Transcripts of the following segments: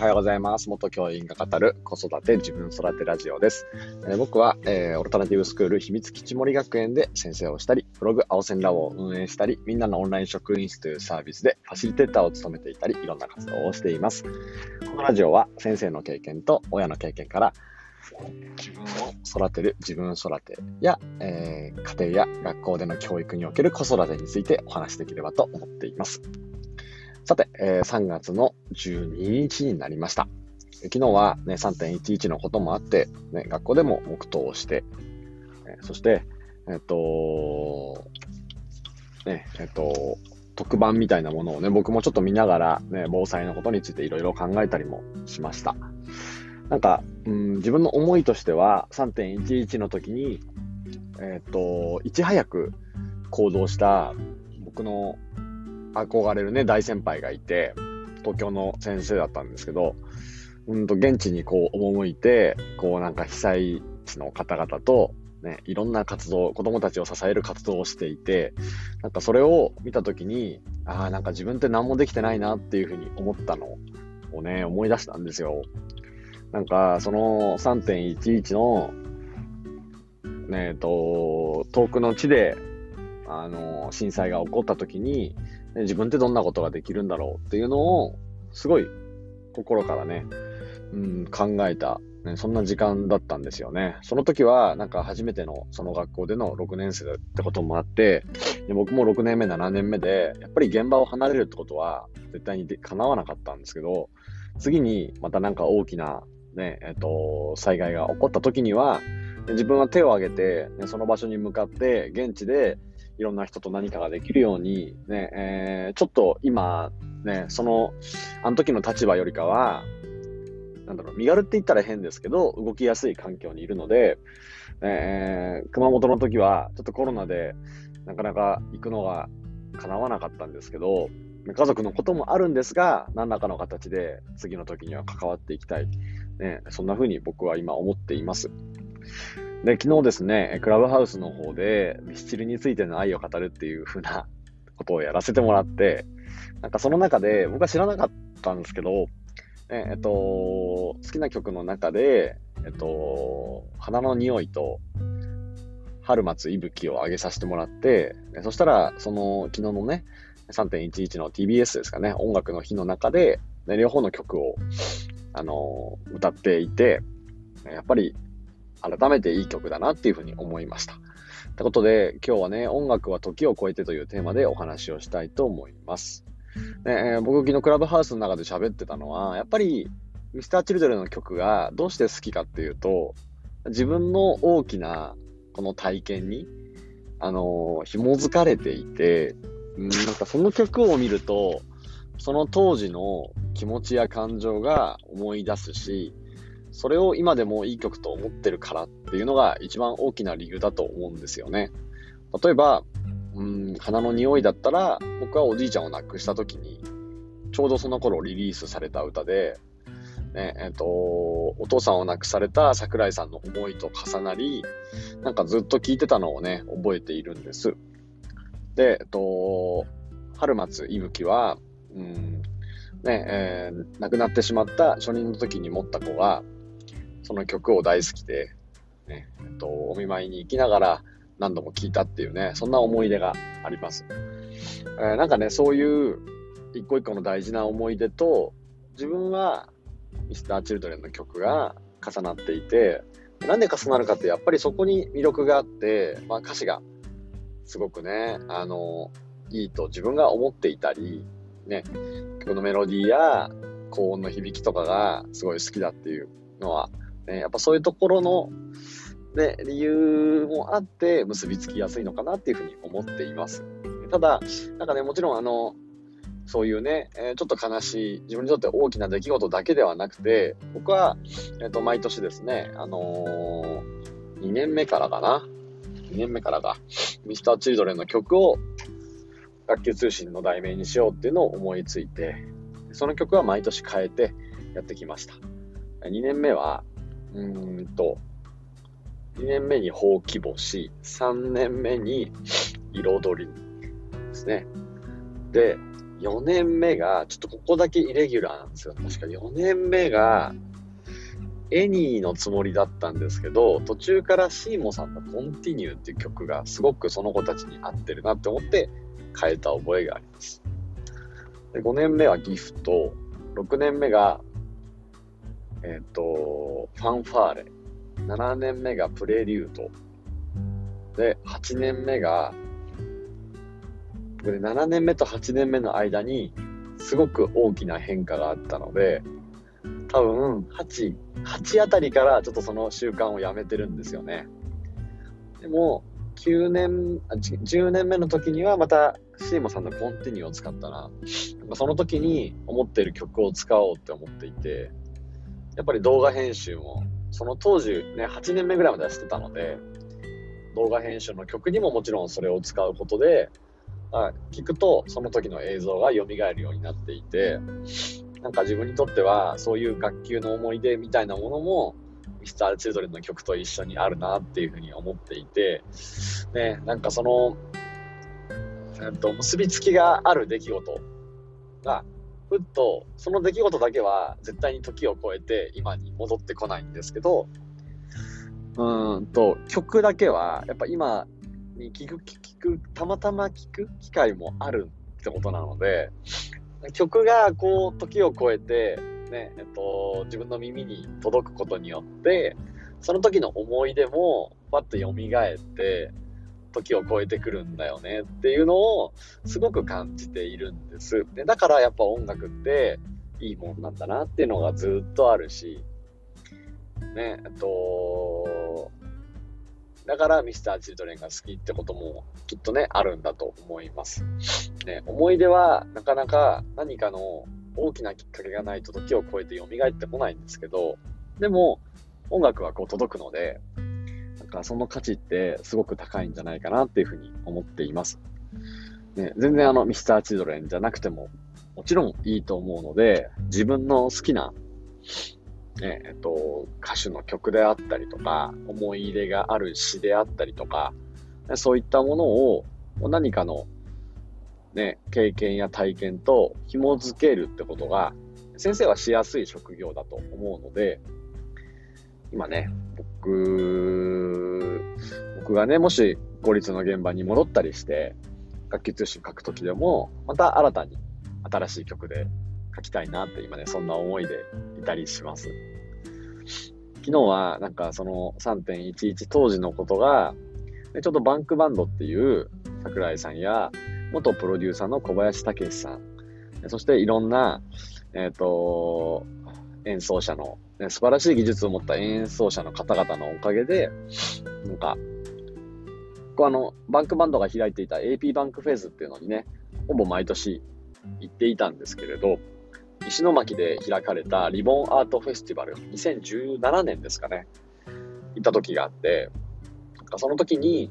はようございます。元教員が語る子育て自分育てラジオです。僕は、オルタナティブスクール秘密基地森学園で先生をしたり、ブログ青線ラボを運営したり、みんなのオンライン職員室というサービスでファシリテーターを務めていたり、いろんな活動をしています。このラジオは先生の経験と親の経験から自分を育てる自分育てや、家庭や学校での教育における子育てについてお話しできればと思っています。さて、3月の12日になりました。昨日は、ね、3.11 のこともあって、ね、学校でも黙祷をして、そして、特番みたいなものをね、僕もちょっと見ながら、ね、防災のことについていろいろ考えたりもしました。なんか、自分の思いとしては、3.11 の時に、いち早く行動した僕の憧れるね、大先輩がいて、東京の先生だったんですけど、現地にこう赴いて、こうなんか被災地の方々と、ね、いろんな活動、子供たちを支える活動をしていて、なんかそれを見たときに、なんか自分って何もできてないなっていうふうに思ったのをね、思い出したんですよ。なんか、その 3.11 の、遠くの地で、震災が起こったときに、自分ってどんなことができるんだろうっていうのをすごい心からね、考えた、ね、そんな時間だったんですよね。その時はなんか初めてのその学校での6年生ってこともあって、僕も6年目7年目でやっぱり現場を離れるってことは絶対に叶わなかったんですけど、次にまたなんか大きな、ね災害が起こった時には自分は手を挙げて、ね、その場所に向かって現地でいろんな人と何かができるように、ねちょっと今、ね、あの時の立場よりかは、身軽って言ったら変ですけど、動きやすい環境にいるので、熊本の時は、ちょっとコロナで、なかなか行くのが叶わなかったんですけど、家族のこともあるんですが、何らかの形で次の時には関わっていきたい。ね、そんな風に僕は今思っています。で、昨日ですね、クラブハウスの方でミスチルについての愛を語るっていう風なことをやらせてもらって、なんかその中で僕は知らなかったんですけど、好きな曲の中で、花の匂いと春松息吹を上げさせてもらって、そしたらその昨日のね、3.11 の TBS ですかね、音楽の日の中で、両方の曲を歌っていて、やっぱり改めていい曲だなっていうふうに思いました。ということで、今日はね、音楽は時を超えてというテーマでお話をしたいと思います。僕昨日クラブハウスの中で喋ってたのは、やっぱり Mr.Children の曲がどうして好きかっていうと、自分の大きなこの体験に、紐づかれていて、なんかその曲を見ると、その当時の気持ちや感情が思い出すし、それを今でもいい曲と思ってるからっていうのが一番大きな理由だと思うんですよね。例えば、花の匂いだったら、僕はおじいちゃんを亡くした時に、ちょうどその頃リリースされた歌で、お父さんを亡くされた桜井さんの思いと重なり、なんかずっと聴いてたのをね、覚えているんです。で、春松息吹は、亡くなってしまった初任の時に持った子が、その曲を大好きで、お見舞いに行きながら何度も聴いたっていうね、そんな思い出があります。なんかね、そういう一個一個の大事な思い出と、自分は Mr.Children の曲が重なっていて、なんで重なるかってやっぱりそこに魅力があって、歌詞がすごくね、いいと自分が思っていたり、ね、曲のメロディーや高音の響きとかがすごい好きだっていうのは、やっぱそういうところの、ね、理由もあって結びつきやすいのかなっていうふうに思っています。ただ、なんかね、もちろんそういうね、ちょっと悲しい、自分にとって大きな出来事だけではなくて、僕は、毎年ですね、2年目からが、Mr.Children の曲を学級通信の題名にしようっていうのを思いついて、その曲は毎年変えてやってきました。2年目は、2年目にほうき星、3年目に彩りですね。で、 4年目が、ちょっとここだけイレギュラーなんですよ。確か4年目が、エニーのつもりだったんですけど、途中からシーモさんのコンティニューっていう曲がすごくその子たちに合ってるなって思って変えた覚えがあります。で5年目はギフト、6年目が、ファンファーレ、7年目がプレリュート、で、8年目が、7年目と8年目の間にすごく大きな変化があったので、多分8あたりからちょっとその習慣をやめてるんですよね。でも10年目の時にはまたシーモさんのコンティニューを使ったな。その時に思っている曲を使おうって思っていて、やっぱり動画編集もその当時ね、8年目ぐらいまではしてたので、動画編集の曲にももちろんそれを使うことで、聞くとその時の映像が蘇るようになっていて、なんか自分にとってはそういう学級の思い出みたいなものも Mr.Children の曲と一緒にあるなっていうふうに思っていて、ね、なんかその、結びつきがある出来事がふっと、その出来事だけは絶対に時を超えて今に戻ってこないんですけど、曲だけはやっぱ今にたまたま聞く機会もあるってことなので、曲がこう時を超えて、ね、自分の耳に届くことによって、その時の思い出もパッと蘇って時を超えてくるんだよねっていうのをすごく感じているんです。で、だからやっぱ音楽っていいもんなんだなっていうのがずっとあるし、ね、だから Mr.Children が好きってこともきっとね、あるんだと思います。ね、思い出はなかなか何かの大きなきっかけがないと時を超えて蘇ってこないんですけど、でも音楽はこう届くので、なんかその価値ってすごく高いんじゃないかなっていうふうに思っています。ね、全然Mr.Children じゃなくてももちろんいいと思うので、自分の好きなね、歌手の曲であったりとか、思い入れがある詩であったりとか、そういったものを何かのね、経験や体験と紐づけるってことが、先生はしやすい職業だと思うので、今ね、僕がね、もし公立の現場に戻ったりして、学級通信書くときでも、また新たに新しい曲で書きたいなって今ね、そんな思いでいたりします。昨日はなんかその 3.11 当時のことが、ちょっとバンクバンドっていう桜井さんや元プロデューサーの小林武史さん、そしていろんな、演奏者の、素晴らしい技術を持った演奏者の方々のおかげで、なんか、バンクバンドが開いていた AP バンクフェスっていうのにね、ほぼ毎年行っていたんですけれど、石巻で開かれたリボンアートフェスティバル、2017年ですかね、行った時があって、なんかその時に、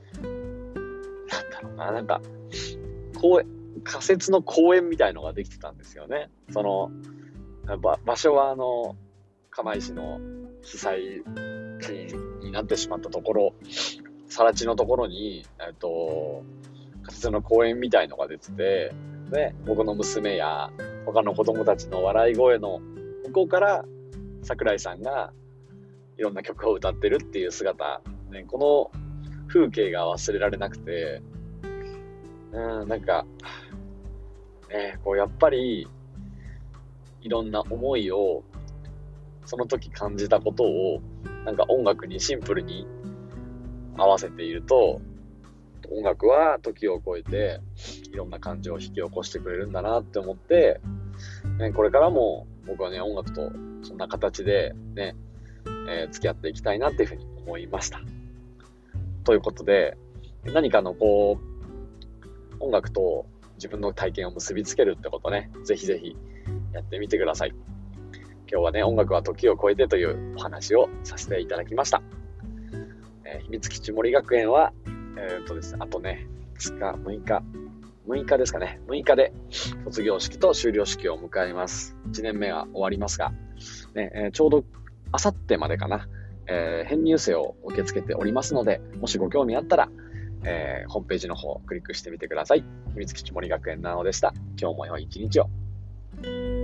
なんか仮設の公園みたいのができてたんですよね。その、場所は釜石の被災地になってしまったところ、更地のところに、仮設の公園みたいのが出てて、で、僕の娘や他の子供たちの笑い声の向こうから桜井さんがいろんな曲を歌ってるっていう姿、ね、この風景が忘れられなくて、なんか、こうやっぱりいろんな思いをその時感じたことをなんか音楽にシンプルに合わせていると、音楽は時を超えていろんな感情を引き起こしてくれるんだなって思って、これからも僕はね、音楽とそんな形でね、付き合っていきたいなっていうふうに思いました。ということで、何かのこう音楽と自分の体験を結びつけるってことね、ぜひぜひやってみてください。今日はね、音楽は時を超えてというお話をさせていただきました。秘密基地森学園はですね、あとね、6日ですかね。6日で卒業式と修了式を迎えます。1年目は終わりますが、ね、ちょうどあさってまでかな、編入生を受け付けておりますので、もしご興味あったら、 ホームページの方をクリックしてみてください。秘密基地森学園なのでした。今日も良い一日を。